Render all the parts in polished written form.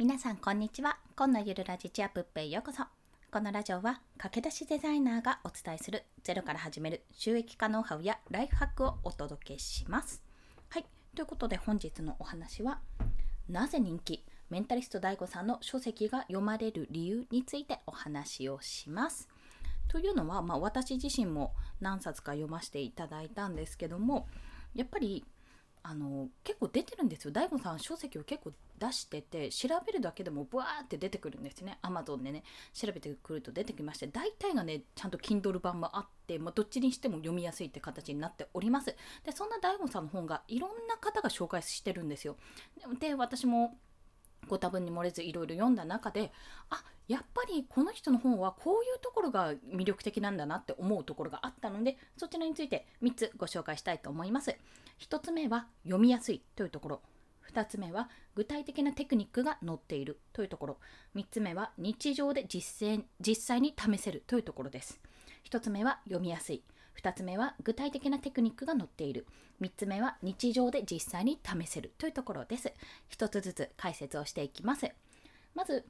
皆さんこんにちは。今のゆるラジチアプッペへようこそ。このラジオは駆け出しデザイナーがお伝えするゼロから始める収益化ノウハウやライフハックをお届けします。はい、ということで本日のお話は、なぜ人気メンタリスト DAIGO さんの書籍が読まれる理由についてお話をします。というのは、私自身も何冊か読ませていただいたんですけども、やっぱり結構出てるんですよ。DAIGO さん書籍を結構出してて、調べるだけでもブワーって出てくるんですね。 Amazon でね、調べてくると出てきまして、大体がねちゃんと Kindle 版もあって、どっちにしても読みやすいって形になっております。でそんな DAIGO さんの本がいろんな方が紹介してるんですよ。で私もご多分に漏れずいろいろ読んだ中で、やっぱりこの人の本はこういうところが魅力的なんだなって思うところがあったので、そちらについて3つご紹介したいと思います。1つ目は読みやすいというところ、2つ目は具体的なテクニックが載っているというところ、3つ目は日常で実際に試せるというところです。1つ目は読みやすい、2つ目は具体的なテクニックが載っている、3つ目は日常で実際に試せるというところです。一つずつ解説をしていきます。まず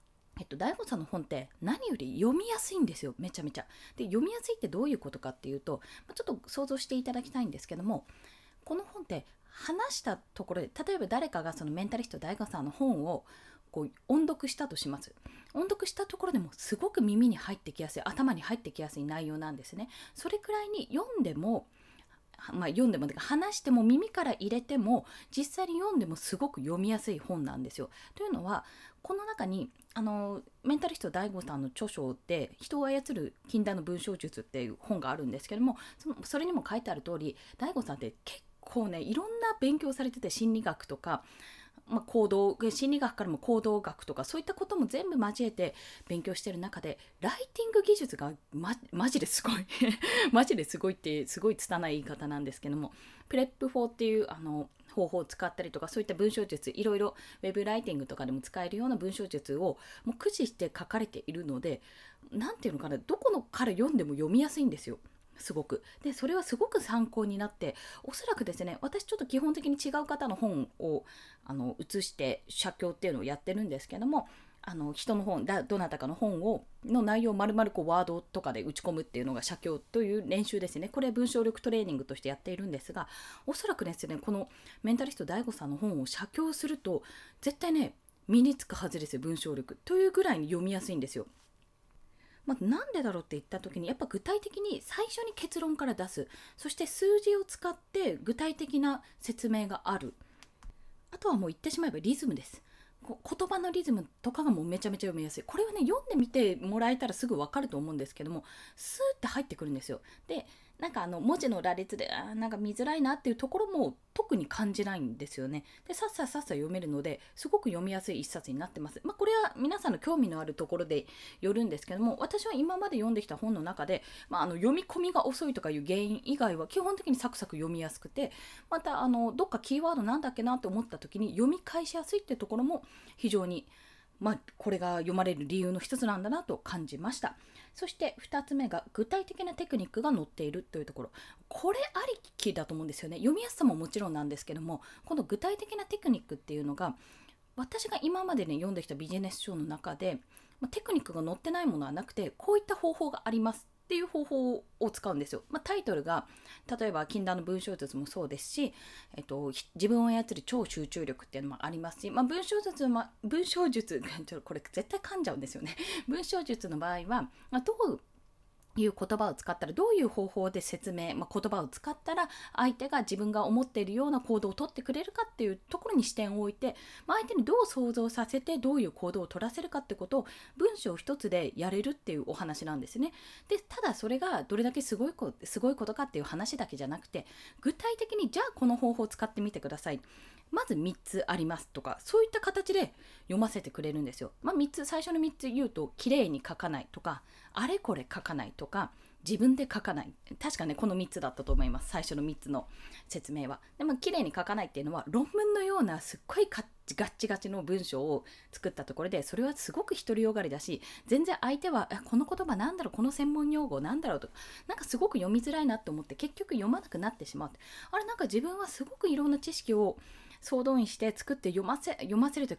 DAIGOさんの本って何より読みやすいんですよ。めちゃめちゃで、読みやすいってどういうことかっていうと、ちょっと想像していただきたいんですけども、この本って話したところで、例えば誰かがそのメンタリスト DAIGOさんの本をこう音読したとします。音読したところでもすごく耳に入ってきやすい、頭に入ってきやすい内容なんですね。それくらいに読んでも話しても耳から入れても実際に読んでもすごく読みやすい本なんですよ。というのは、この中にメンタリスト DAIGO さんの著書で人を操る禁断の文章術っていう本があるんですけども、それにも書いてある通り、 DAIGO さんって結構ねいろんな勉強されてて、心理学とか行動心理学からも行動学とかそういったことも全部交えて勉強してる中で、ライティング技術がマジですごいマジですごいってすごい拙い言い方なんですけども、プレップ4っていう方法を使ったりとか、そういった文章術、いろいろウェブライティングとかでも使えるような文章術をもう駆使して書かれているので、なんていうのかな、どこのから読んでも読みやすいんですよ。すごくで、それはすごく参考になって、おそらくですね、私ちょっと基本的に違う方の本を写して写経っていうのをやってるんですけども、人の本どなたかの本の内容を丸々ワードとかで打ち込むっていうのが写経という練習ですね。これ文章力トレーニングとしてやっているんですが、おそらくですね、このメンタリスト DAIGO さんの本を写経すると絶対ね身につくはずですよ。文章力というぐらいに読みやすいんですよ。なんでだろうって言った時に、やっぱ具体的に最初に結論から出す、そして数字を使って具体的な説明がある。あとはもう言ってしまえばリズムです。言葉のリズムとかがもうめちゃめちゃ読みやすい。これはね読んでみてもらえたらすぐ分かると思うんですけども、スーって入ってくるんですよ。でなんか文字の羅列でなんか見づらいなっていうところも特に感じないんですよね。でさっさ読めるので、すごく読みやすい一冊になってます。これは皆さんの興味のあるところでよるんですけども、私は今まで読んできた本の中で、読み込みが遅いとかいう原因以外は基本的にサクサク読みやすくて、またどっかキーワードなんだっけなと思った時に読み返しやすいってところも非常にこれが読まれる理由の一つなんだなと感じました。そして2つ目が具体的なテクニックが載っているというところ。これありきだと思うんですよね。読みやすさももちろんなんですけども、この具体的なテクニックっていうのが、私が今までね読んできたビジネス書の中で、テクニックが載ってないものはなくて、こういった方法がありますっていう方法を使うんですよ。タイトルが例えば禁断の文章術もそうですし、自分を操る超集中力っていうのもありますし、文章術これ絶対噛んじゃうんですよね。文章術の場合は、どういう言葉を使ったら、どういう方法で説明、言葉を使ったら相手が自分が思っているような行動をとってくれるかっていうところに視点を置いて、相手にどう想像させてどういう行動を取らせるかってことを文章一つでやれるっていうお話なんですね。でただそれがどれだけすごいことかっていう話だけじゃなくて、具体的にじゃあこの方法を使ってみてください、まず3つありますとか、そういった形で読ませてくれるんですよ。最初の3つ言うと、綺麗に書かないとか、あれこれ書かないとか、自分で書かない。確かねこの3つだったと思います、最初の3つの説明は。でも綺麗に書かないっていうのは、論文のようなすっごいガッチガチの文章を作ったところで、それはすごく独りよがりだし、全然相手はこの言葉なんだろう、この専門用語なんだろうとか、なんかすごく読みづらいなと思って結局読まなくなってしまう。なんか自分はすごくいろんな知識を総動員して作って読ませるというか、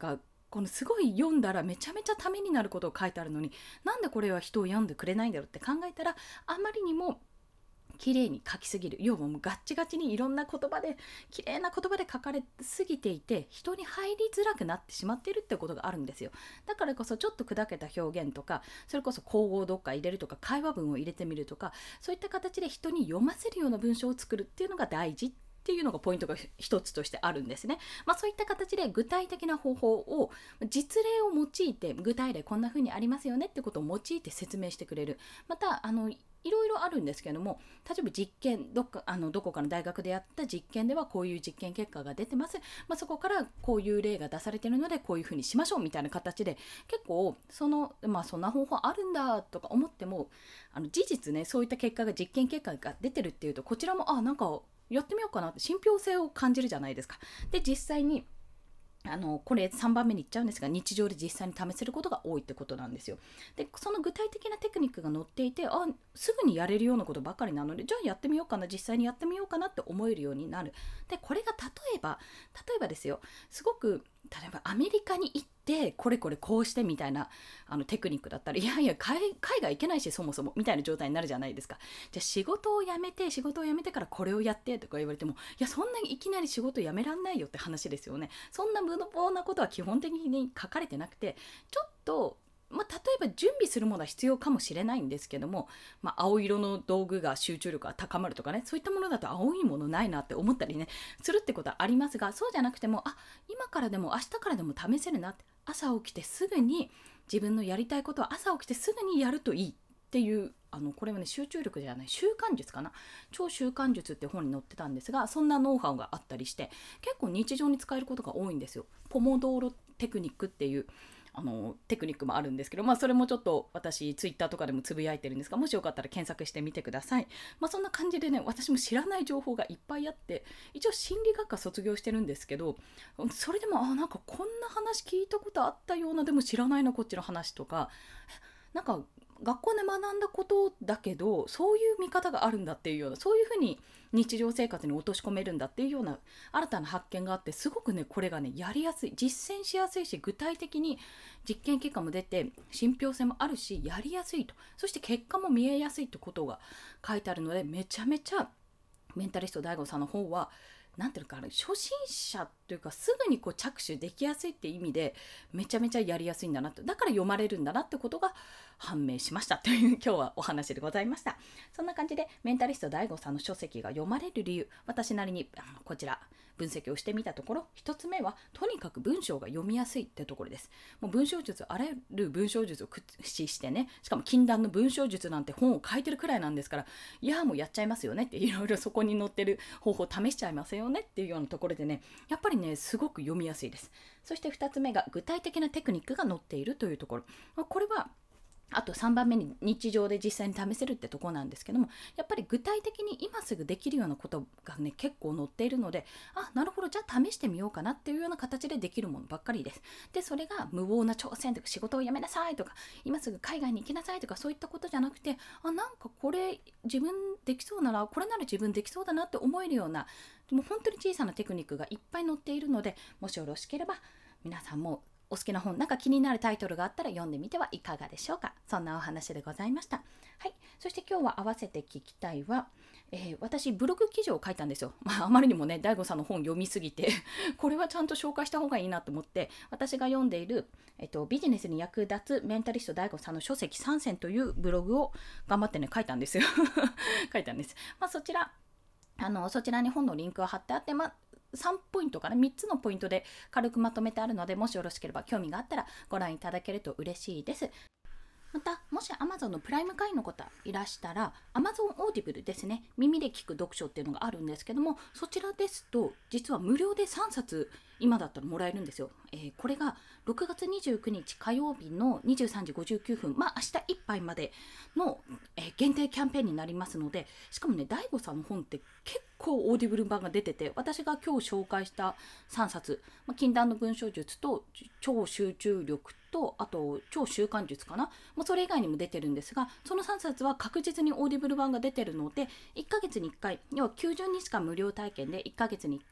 このすごい読んだらめちゃめちゃためになることを書いてあるのに、なんでこれは人を読んでくれないんだろうって考えたら、あまりにも綺麗に書きすぎる、要はもうガッチガチにいろんな言葉で綺麗な言葉で書かれすぎていて、人に入りづらくなってしまっているってことがあるんですよ。だからこそちょっと砕けた表現とか、それこそ口語をどっか入れるとか、会話文を入れてみるとか、そういった形で人に読ませるような文章を作るっていうのが大事っていうのがポイントが一つとしてあるんですね。そういった形で具体的な方法を、実例を用いて、具体例こんな風にありますよねってことを用いて説明してくれる。またいろいろあるんですけども、例えば実験、どこかの大学でやった実験ではこういう実験結果が出てます、そこからこういう例が出されているのでこういうふうにしましょうみたいな形で、結構そんな方法あるんだとか思っても、事実ね、そういった結果が、実験結果が出てるっていうと、こちらもなんかやってみようかなって信憑性を感じるじゃないですか。で実際にこれ3番目に言っちゃうんですが、日常で実際に試せることが多いってことなんですよ。でその具体的なテクニックが載っていて、すぐにやれるようなことばかりなので、じゃあやってみようかな、実際にやってみようかなって思えるようになる。でこれが例えばですよ、すごく例えばアメリカに行ってこれこうしてみたいなテクニックだったら、いやいや海外行けないしそもそもみたいな状態になるじゃないですか。じゃあ仕事を辞めてからこれをやってとか言われても、いやそんないきなり仕事辞めらんないよって話ですよね。そんな無謀なことは基本的に書かれてなくて、ちょっと例えば準備するものは必要かもしれないんですけども、青色の道具が集中力が高まるとかね、そういったものだと青いものないなって思ったりねするってことはありますが、そうじゃなくても、今からでも明日からでも試せるなって、朝起きてすぐに自分のやりたいことは朝起きてすぐにやるといいっていう、これはね、集中力じゃない、習慣術かな、超習慣術って本に載ってたんですが、そんなノウハウがあったりして、結構日常に使えることが多いんですよ。ポモドーロテクニックっていうテクニックもあるんですけど、それもちょっと私ツイッターとかでもつぶやいてるんですが、もしよかったら検索してみてください。そんな感じでね、私も知らない情報がいっぱいあって、一応心理学科卒業してるんですけど、それでもなんかこんな話聞いたことあったような、でも知らないなこっちの話とか、なんか学校で学んだことだけどそういう見方があるんだっていうような、そういうふうに日常生活に落とし込めるんだっていうような新たな発見があって、すごくねこれがねやりやすい、実践しやすいし、具体的に実験結果も出て信憑性もあるし、やりやすいと、そして結果も見えやすいってことが書いてあるので、めちゃめちゃメンタリスト DAIGO さんの方はなんていうか、初心者というかすぐに着手できやすいって意味でめちゃめちゃやりやすいんだなって、だから読まれるんだなってことが判明しましたという今日はお話でございました。そんな感じでメンタリスト DAIGO さんの書籍が読まれる理由、私なりにこちら分析をしてみたところ、一つ目はとにかく文章が読みやすいってところです。もう文章術、あらゆる文章術を駆使してね、しかも禁断の文章術なんて本を書いてるくらいなんですから、いやもうやっちゃいますよねって、いろいろそこに載ってる方法を試しちゃいますよねっていうようなところでね、やっぱりねすごく読みやすいです。そして2つ目が具体的なテクニックが載っているというところ、これはあと3番目に日常で実際に試せるってとこなんですけども、やっぱり具体的に今すぐできるようなことがね結構載っているので、なるほど、じゃあ試してみようかなっていうような形でできるものばっかりです。でそれが無謀な挑戦とか、仕事を辞めなさいとか、今すぐ海外に行きなさいとか、そういったことじゃなくて、なんかこれ自分できそうなら、これなら自分できそうだなって思えるような、もう本当に小さなテクニックがいっぱい載っているので、もしよろしければ皆さんもお好きな本、なんか気になるタイトルがあったら読んでみてはいかがでしょうか。そんなお話でございました。はい。そして今日は合わせて聞きたいは、私ブログ記事を書いたんですよ。あまりにもね DAIGO さんの本読みすぎてこれはちゃんと紹介した方がいいなと思って、私が読んでいる、ビジネスに役立つメンタリスト DAIGO さんの書籍3選というブログを頑張ってね書いたんですよ書いたんです。そちらに本のリンクが貼ってあって、3ポイントかな、3つのポイントで軽くまとめてあるので、もしよろしければ興味があったらご覧いただけると嬉しいです。また、もし Amazon のプライム会員の方いらしたら、Amazon Audible ですね、耳で聞く読書っていうのがあるんですけども、そちらですと実は無料で3冊今だったらもらえるんですよ。これが6月29日火曜日の23時59分、明日いっぱいまでの、限定キャンペーンになりますので、しかもね DAIGO さんの本って結構オーディブル版が出てて、私が今日紹介した3冊、禁断の文章術と超集中力と、あと超習慣術かな、それ以外にも出てるんですが、その3冊は確実にオーディブル版が出てるので、1ヶ月に1回、要は90日間無料体験で1ヶ月に1回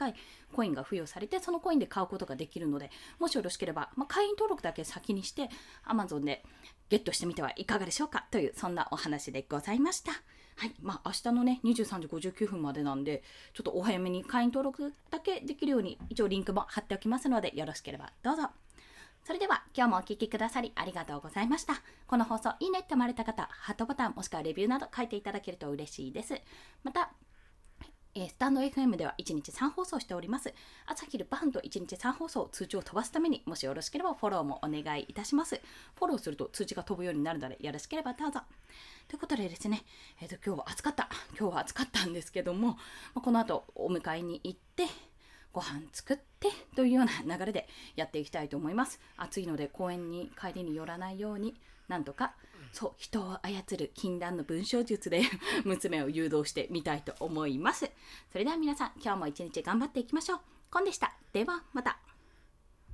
コインが付与されて、そのコインで買うことができるので、もしよろしければ、会員登録だけ先にして Amazon でゲットしてみてはいかがでしょうかという、そんなお話でございました。はい、明日のね23時59分までなんで、ちょっとお早めに会員登録だけできるように一応リンクも貼っておきますので、よろしければどうぞ。それでは今日もお聞きくださりありがとうございました。この放送いいねって思われた方、ハートボタンもしくはレビューなど書いていただけると嬉しいです。またスタンド FM では1日3放送しております。朝昼晩と1日3放送、通知を飛ばすために、もしよろしければフォローもお願いいたします。フォローすると通知が飛ぶようになるので、よろしければどうぞ。ということでですね、今日は暑かったんですけども、この後お迎えに行ってご飯作ってというような流れでやっていきたいと思います。暑いので公園に帰りに寄らないように、なんとか人を操る禁断の文章術で娘を誘導してみたいと思います。それでは皆さん、今日も一日頑張っていきましょう。コンでした。ではまた。